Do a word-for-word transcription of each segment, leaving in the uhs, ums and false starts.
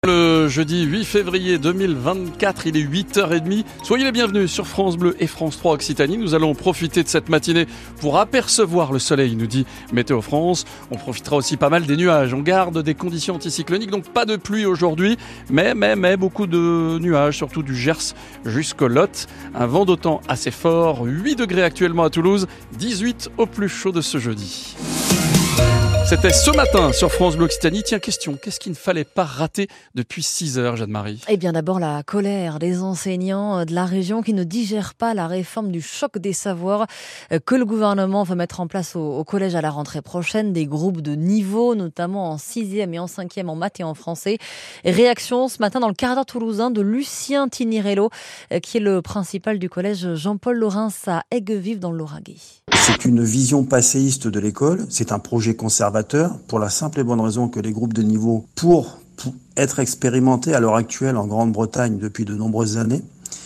Le jeudi huit février deux mille vingt-quatre, il est huit heures trente. Soyez les bienvenus sur France Bleu et France trois Occitanie. Nous allons profiter de cette matinée pour apercevoir le soleil, nous dit Météo France. On profitera aussi pas mal des nuages. On garde des conditions anticycloniques, donc pas de pluie aujourd'hui, mais, mais, mais beaucoup de nuages, surtout du Gers jusqu'au Lot. Un vent d'autant assez fort, huit degrés actuellement à Toulouse, dix-huit au plus chaud de ce jeudi. C'était ce matin sur France Bleu Occitanie. Tiens, question, qu'est-ce qu'il ne fallait pas rater depuis six heures, Jeanne-Marie ? Eh bien d'abord la colère des enseignants de la région qui ne digèrent pas la réforme du choc des savoirs que le gouvernement veut mettre en place au, au collège à la rentrée prochaine. Des groupes de niveau, notamment en sixième et en cinquième en maths et en français. Réaction ce matin dans le quart d'heure toulousain de Lucien Tinirello, qui est le principal du collège Jean-Paul Laurens à Aigues-Vives dans le Lauragais. C'est une vision passéiste de l'école, c'est un projet conservateur pour la simple et bonne raison que les groupes de niveau, pour, pour être expérimentés à l'heure actuelle en Grande-Bretagne depuis de nombreuses années,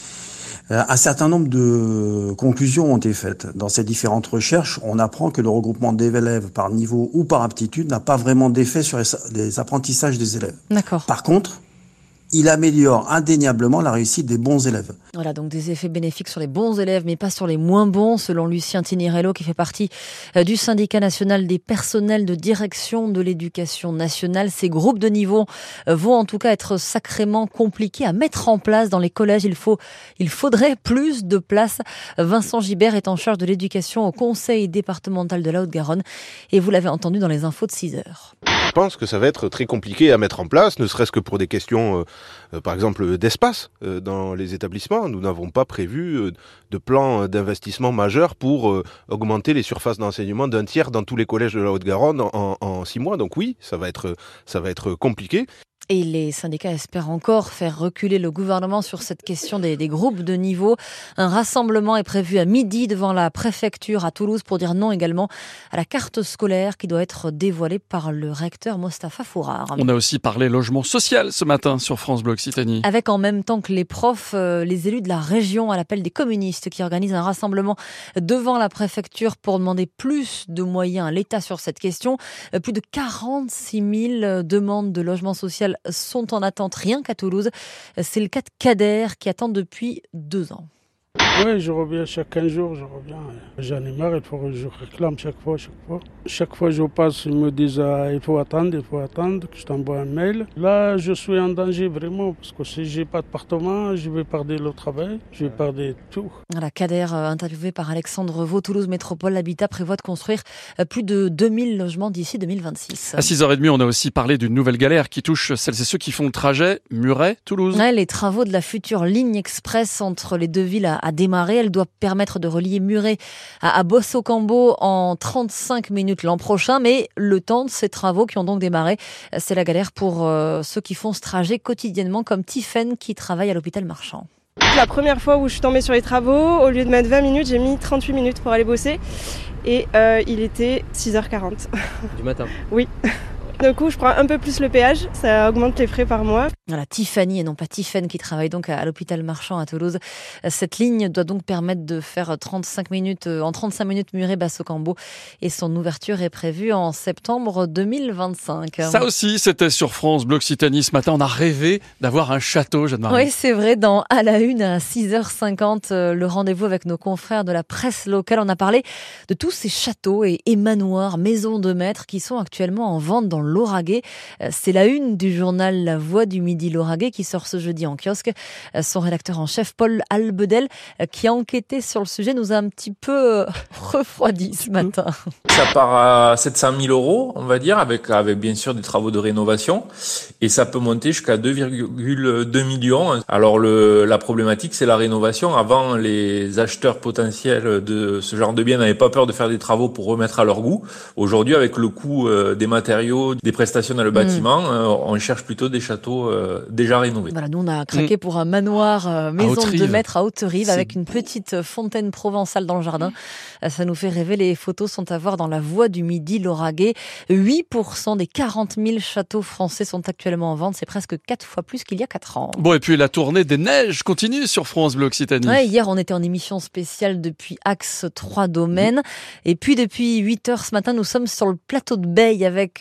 euh, un certain nombre de conclusions ont été faites. Dans ces différentes recherches, on apprend que le regroupement d'élèves par niveau ou par aptitude n'a pas vraiment d'effet sur les, les apprentissages des élèves. D'accord. Par contre, il améliore indéniablement la réussite des bons élèves. Voilà, donc des effets bénéfiques sur les bons élèves, mais pas sur les moins bons, selon Lucien Tinirello, qui fait partie du syndicat national des personnels de direction de l'éducation nationale. Ces groupes de niveau vont en tout cas être sacrément compliqués à mettre en place dans les collèges. Il faut, il faudrait plus de place. Vincent Gibert est en charge de l'éducation au conseil départemental de la Haute-Garonne. Et vous l'avez entendu dans les infos de six heures. Je pense que ça va être très compliqué à mettre en place, ne serait-ce que pour des questions, euh, euh, par exemple, d'espace euh, dans les établissements. Nous n'avons pas prévu euh, de plan d'investissement majeur pour euh, augmenter les surfaces d'enseignement d'un tiers dans tous les collèges de la Haute-Garonne en, en six mois. Donc oui, ça va être, ça va être compliqué. Et les syndicats espèrent encore faire reculer le gouvernement sur cette question des, des groupes de niveau. Un rassemblement est prévu à midi devant la préfecture à Toulouse pour dire non également à la carte scolaire qui doit être dévoilée par le recteur Mostafa Fourard. On a aussi parlé logement social ce matin sur France Bleu Occitanie. Avec en même temps que les profs, euh, les élus de la région à l'appel des communistes qui organisent un rassemblement devant la préfecture pour demander plus de moyens à l'État sur cette question. Euh, plus de quarante-six mille demandes de logement social sont en attente rien qu'à Toulouse. C'est le cas de Kader qui attend depuis deux ans. Oui, je reviens chaque quinze jours, je reviens. J'en ai marre, il faut que je réclame chaque fois, chaque fois. Chaque fois que je passe, ils me disent ah, il faut attendre, il faut attendre, que je t'envoie un mail. Là, je suis en danger vraiment, parce que si j'ai pas d'appartement, je vais perdre le travail, je vais perdre tout. Voilà, Kader, interviewé par Alexandre Vaux, Toulouse Métropole Habitat prévoit de construire plus de deux mille logements d'ici deux mille vingt-six. À six heures trente, on a aussi parlé d'une nouvelle galère qui touche celles et ceux qui font le trajet Muret-Toulouse. Ouais, les travaux de la future ligne express entre les deux villes à, à démarrer. Elle doit permettre de relier Muret à, à Bosso-Cambo en trente-cinq minutes l'an prochain. Mais le temps de ces travaux qui ont donc démarré, c'est la galère pour euh, ceux qui font ce trajet quotidiennement, comme Tiffaine qui travaille à l'hôpital Marchand. La première fois où je suis tombée sur les travaux, au lieu de mettre vingt minutes, j'ai mis trente-huit minutes pour aller bosser. Et euh, il était six heures quarante. Du matin ? Oui. Du coup, je prends un peu plus le péage, ça augmente les frais par mois. Voilà, Tiffany et non pas Tiffaine qui travaille donc à l'hôpital Marchand à Toulouse. Cette ligne doit donc permettre de faire trente-cinq minutes, en trente-cinq minutes Muret-Basso-Cambo et son ouverture est prévue en septembre deux mille vingt-cinq. Ça aussi, c'était sur France Bleu Occitanie ce matin. On a rêvé d'avoir un château, Jeanne-Marie. Oui, c'est vrai. Dans À la Une à six heures cinquante, le rendez-vous avec nos confrères de la presse locale. On a parlé de tous ces châteaux et, et manoirs, maisons de maître qui sont actuellement en vente dans le Lauragais. C'est la une du journal La Voix du Midi Lauragais qui sort ce jeudi en kiosque. Son rédacteur en chef, Paul Albedel, qui a enquêté sur le sujet, nous a un petit peu refroidi ce matin. Ça part à sept cent mille euros, on va dire, avec, avec bien sûr des travaux de rénovation. Et ça peut monter jusqu'à deux virgule deux millions. Alors le, la problématique, c'est la rénovation. Avant, les acheteurs potentiels de ce genre de biens n'avaient pas peur de faire des travaux pour remettre à leur goût. Aujourd'hui, avec le coût euh, des matériaux, des prestations dans le bâtiment, mmh. euh, on cherche plutôt des châteaux euh, déjà rénovés. Voilà, nous on a craqué mmh. pour un manoir euh, maison de maître à Haute-Rive avec c'est... une petite fontaine provençale dans le jardin. Ça nous fait rêver, les photos sont à voir dans La Voix du Midi Lauragais. huit pour cent des quarante mille châteaux français sont actuellement en vente, c'est presque quatre fois plus qu'il y a quatre ans. Bon, et puis la tournée des neiges continue sur France Bleu Occitanie. Ouais, hier on était en émission spéciale depuis Axe trois Domaines. Mmh. Et puis depuis huit heures ce matin, nous sommes sur le plateau de Beille avec euh,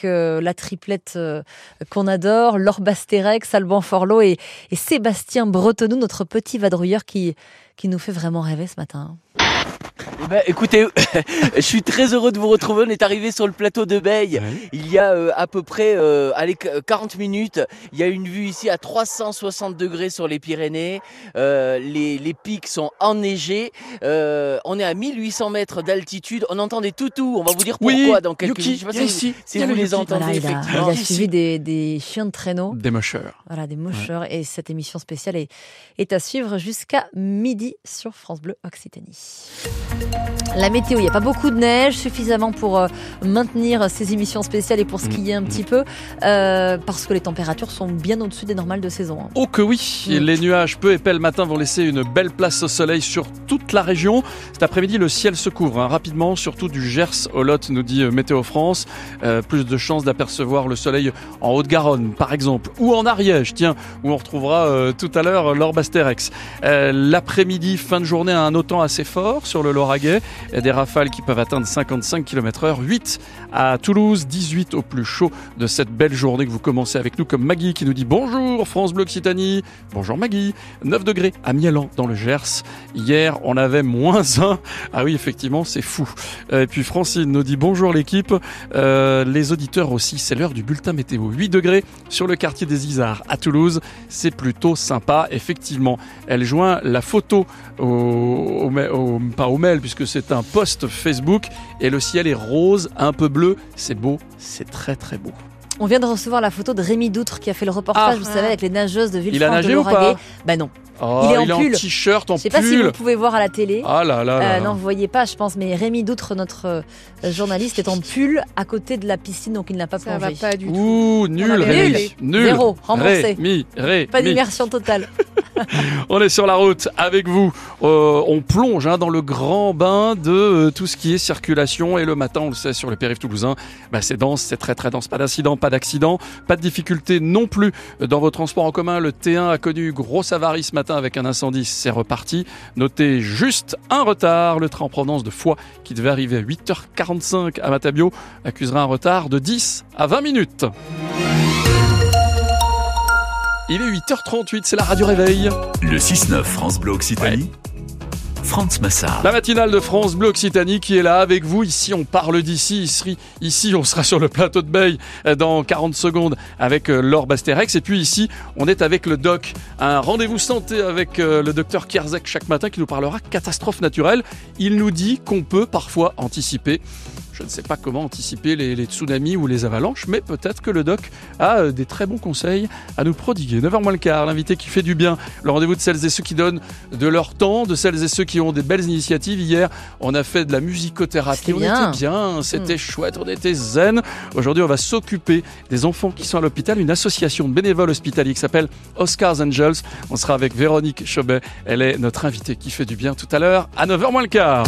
la triplette euh, qu'on adore, Laure Basterex, Alban Forlot et, et Sébastien Bretonneau, notre petit vadrouilleur qui, qui nous fait vraiment rêver ce matin. Eh ben, écoutez, je suis très heureux de vous retrouver. On est arrivé sur le plateau de Beille. Ouais. Il y a euh, à peu près euh, allez, quarante minutes. Il y a une vue ici à trois cent soixante degrés sur les Pyrénées. Euh, les, les pics sont enneigés. Euh, on est à mille huit cents mètres d'altitude. On entend des toutous. On va vous dire pourquoi oui, dans quelques minutes. Je sais pas si, ici, si vous les entendez. Voilà, il, a, il a suivi des, des chiens de traîneau. Des mocheurs. Voilà, des mocheurs. Ouais. Et cette émission spéciale est, est à suivre jusqu'à midi sur France Bleu Occitanie. La météo, il n'y a pas beaucoup de neige, suffisamment pour euh, maintenir ces émissions spéciales et pour skier un mmh. petit peu, euh, parce que les températures sont bien au-dessus des normales de saison. Hein. Oh que oui, mmh. Les nuages peu épais le matin vont laisser une belle place au soleil sur toute la région. Cet après-midi, le ciel se couvre hein, rapidement, surtout du Gers au Lot, nous dit Météo France. Euh, plus de chances d'apercevoir le soleil en Haute-Garonne, par exemple, ou en Ariège, tiens, où on retrouvera euh, tout à l'heure Laure Basterex. Euh, l'après-midi, fin de journée, un autant assez fort sur le Lauragais. Il y a des rafales qui peuvent atteindre cinquante-cinq kilomètres heure, huit à Toulouse, dix-huit au plus chaud de cette belle journée que vous commencez avec nous, comme Maggie qui nous dit bonjour France Bleu Occitanie. Bonjour Maggie. neuf degrés à Mialan dans le Gers. Hier, on avait moins un. Ah oui, effectivement, c'est fou. Et puis Francine nous dit bonjour l'équipe. Euh, les auditeurs aussi, c'est l'heure du bulletin météo. huit degrés sur le quartier des Isards à Toulouse. C'est plutôt sympa, effectivement. Elle joint la photo au, au, au, pas au mail, puisque c'est un post Facebook et le ciel est rose, un peu bleu, c'est beau, c'est très très beau. On vient de recevoir la photo de Rémi Doutre qui a fait le reportage, ah, vous savez, avec les nageuses de Villefranche de Lauragais. Bah non. Oh, il est en il pull. Est en t-shirt, en pull. Je sais pas si vous pouvez voir à la télé. Ah là là. là. Euh, non, vous voyez pas, je pense. Mais Rémi Doutre, notre euh, journaliste, est en pull à côté de la piscine, donc il n'a pas Ça plongé. Ça va pas du tout. Ouh, nul, Rémi. Nul. Nul. Zéro, remboursé. Rémi, Rémi. Pas d'immersion totale. On est sur la route avec vous. Euh, on plonge hein, dans le grand bain de euh, tout ce qui est circulation. Et le matin, on le sait, sur les périphes toulousains, bah, c'est dense, c'est très très dense. Pas d'incident, pas d'accident, pas de difficulté non plus dans vos transports en commun. Le T un a connu grosse avarie ce matin avec un incendie. C'est reparti. Notez juste un retard. Le train en provenance de Foix, qui devait arriver à huit heures quarante-cinq à Matabio, accusera un retard de dix à vingt minutes. Il est huit heures trente-huit, c'est la Radio Réveil. Le six neuf France Bleu Occitanie. Ouais. France Massard. La matinale de France Bleu Occitanie qui est là avec vous. Ici, on parle d'ici. Ici, ici, on sera sur le plateau de Beille dans quarante secondes avec Laure Basterex. Et puis ici, on est avec le doc. Un rendez-vous santé avec le docteur Kierzek chaque matin qui nous parlera catastrophe naturelle. Il nous dit qu'on peut parfois anticiper. Je ne sais pas comment anticiper les, les tsunamis ou les avalanches, mais peut-être que le doc a des très bons conseils à nous prodiguer. neuf heures moins le quart, l'invité qui fait du bien. Le rendez-vous de celles et ceux qui donnent de leur temps, de celles et ceux qui ont des belles initiatives. Hier, on a fait de la musicothérapie. C'était on bien. était bien, c'était mmh. chouette, on était zen. Aujourd'hui, on va s'occuper des enfants qui sont à l'hôpital. Une association de bénévoles hospitaliers qui s'appelle Oscar's Angels. On sera avec Véronique Chobet. Elle est notre invitée qui fait du bien tout à l'heure à neuf heures moins le quart.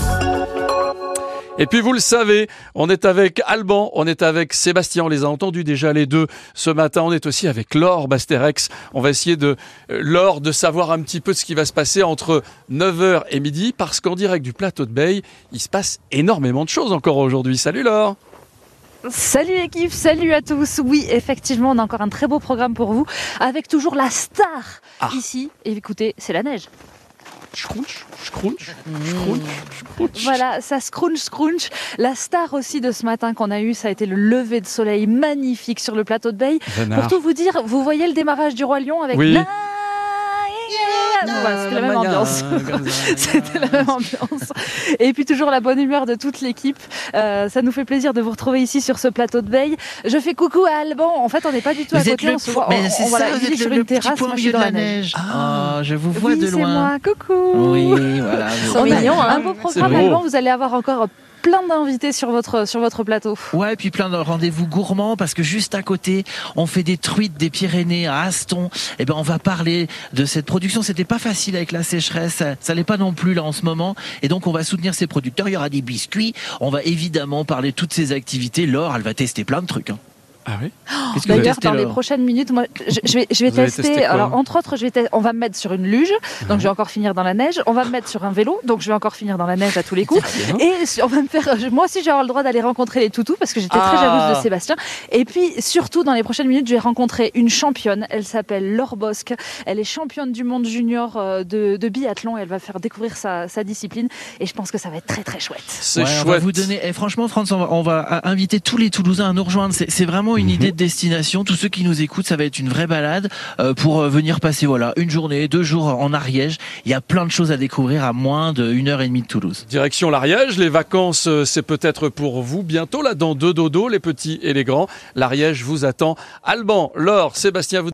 Et puis vous le savez, on est avec Alban, on est avec Sébastien, on les a entendus déjà les deux ce matin. On est aussi avec Laure Basterex. On va essayer de, euh, Laure, de savoir un petit peu ce qui va se passer entre neuf heures et midi, parce qu'en direct du plateau de Beille, il se passe énormément de choses encore aujourd'hui. Salut Laure. Salut l'équipe, salut à tous. Oui, effectivement, on a encore un très beau programme pour vous, avec toujours la star ah. ici. Et écoutez, c'est la neige. Scrunch, scrunch, scrunch, scrunch. Voilà, ça scrunch, scrunch. La star aussi de ce matin qu'on a eu, ça a été le lever de soleil magnifique sur le plateau de Beille. Pour tout vous dire, vous voyez le démarrage du Roi Lion avec... Oui. La... Voilà, c'était la même ambiance. C'était la même ambiance. Et puis toujours la bonne humeur de toute l'équipe. Euh, ça nous fait plaisir de vous retrouver ici sur ce plateau de Beille. Je fais coucou à Alban. En fait, on n'est pas du tout vous à côté. Le... On se voit. Mais on, c'est on, ça, voilà, vous êtes sur le, une le terrasse. petit point au milieu de la neige. Ah, je vous vois oui, de loin. C'est moi. Coucou. Oui, voilà. C'est mignon, hein. Un beau programme, Alban. Vous allez avoir encore plein d'invités sur votre, sur votre plateau. Ouais, et puis plein de rendez-vous gourmands, parce que juste à côté, on fait des truites des Pyrénées à Aston. Et ben, on va parler de cette production. C'était pas facile avec la sécheresse. Ça l'est pas non plus, là, en ce moment. Et donc, on va soutenir ces producteurs. Il y aura des biscuits. On va évidemment parler de toutes ces activités. Laure, elle va tester plein de trucs, hein. Ah oui. Oh, d'ailleurs, dans les prochaines minutes, moi, je, je vais, je vais tester. tester alors, entre autres, je vais te- on va me mettre sur une luge, donc ouais. je vais encore finir dans la neige. On va me mettre sur un vélo, donc je vais encore finir dans la neige à tous les coups. Et on va me faire. Moi aussi, j'ai avoir le droit d'aller rencontrer les toutous parce que j'étais ah. très jalouse de Sébastien. Et puis, surtout, dans les prochaines minutes, je vais rencontrer une championne. Elle s'appelle Laure Bosque. Elle est championne du monde junior de, de biathlon. Et elle va faire découvrir sa, sa discipline. Et je pense que ça va être très très chouette. C'est ouais, chouette. On va vous donner. Et franchement, France, on va, on va inviter tous les Toulousains à nous rejoindre. C'est, c'est vraiment une mm-hmm. idée de destination. Tous ceux qui nous écoutent, ça va être une vraie balade euh, pour euh, venir passer voilà une journée, deux jours en Ariège. Il y a plein de choses à découvrir à moins d'une heure et demie de Toulouse. Direction l'Ariège. Les vacances, c'est peut-être pour vous bientôt là dans deux dodos, les petits et les grands. L'Ariège vous attend. Alban, Laure, Sébastien, vous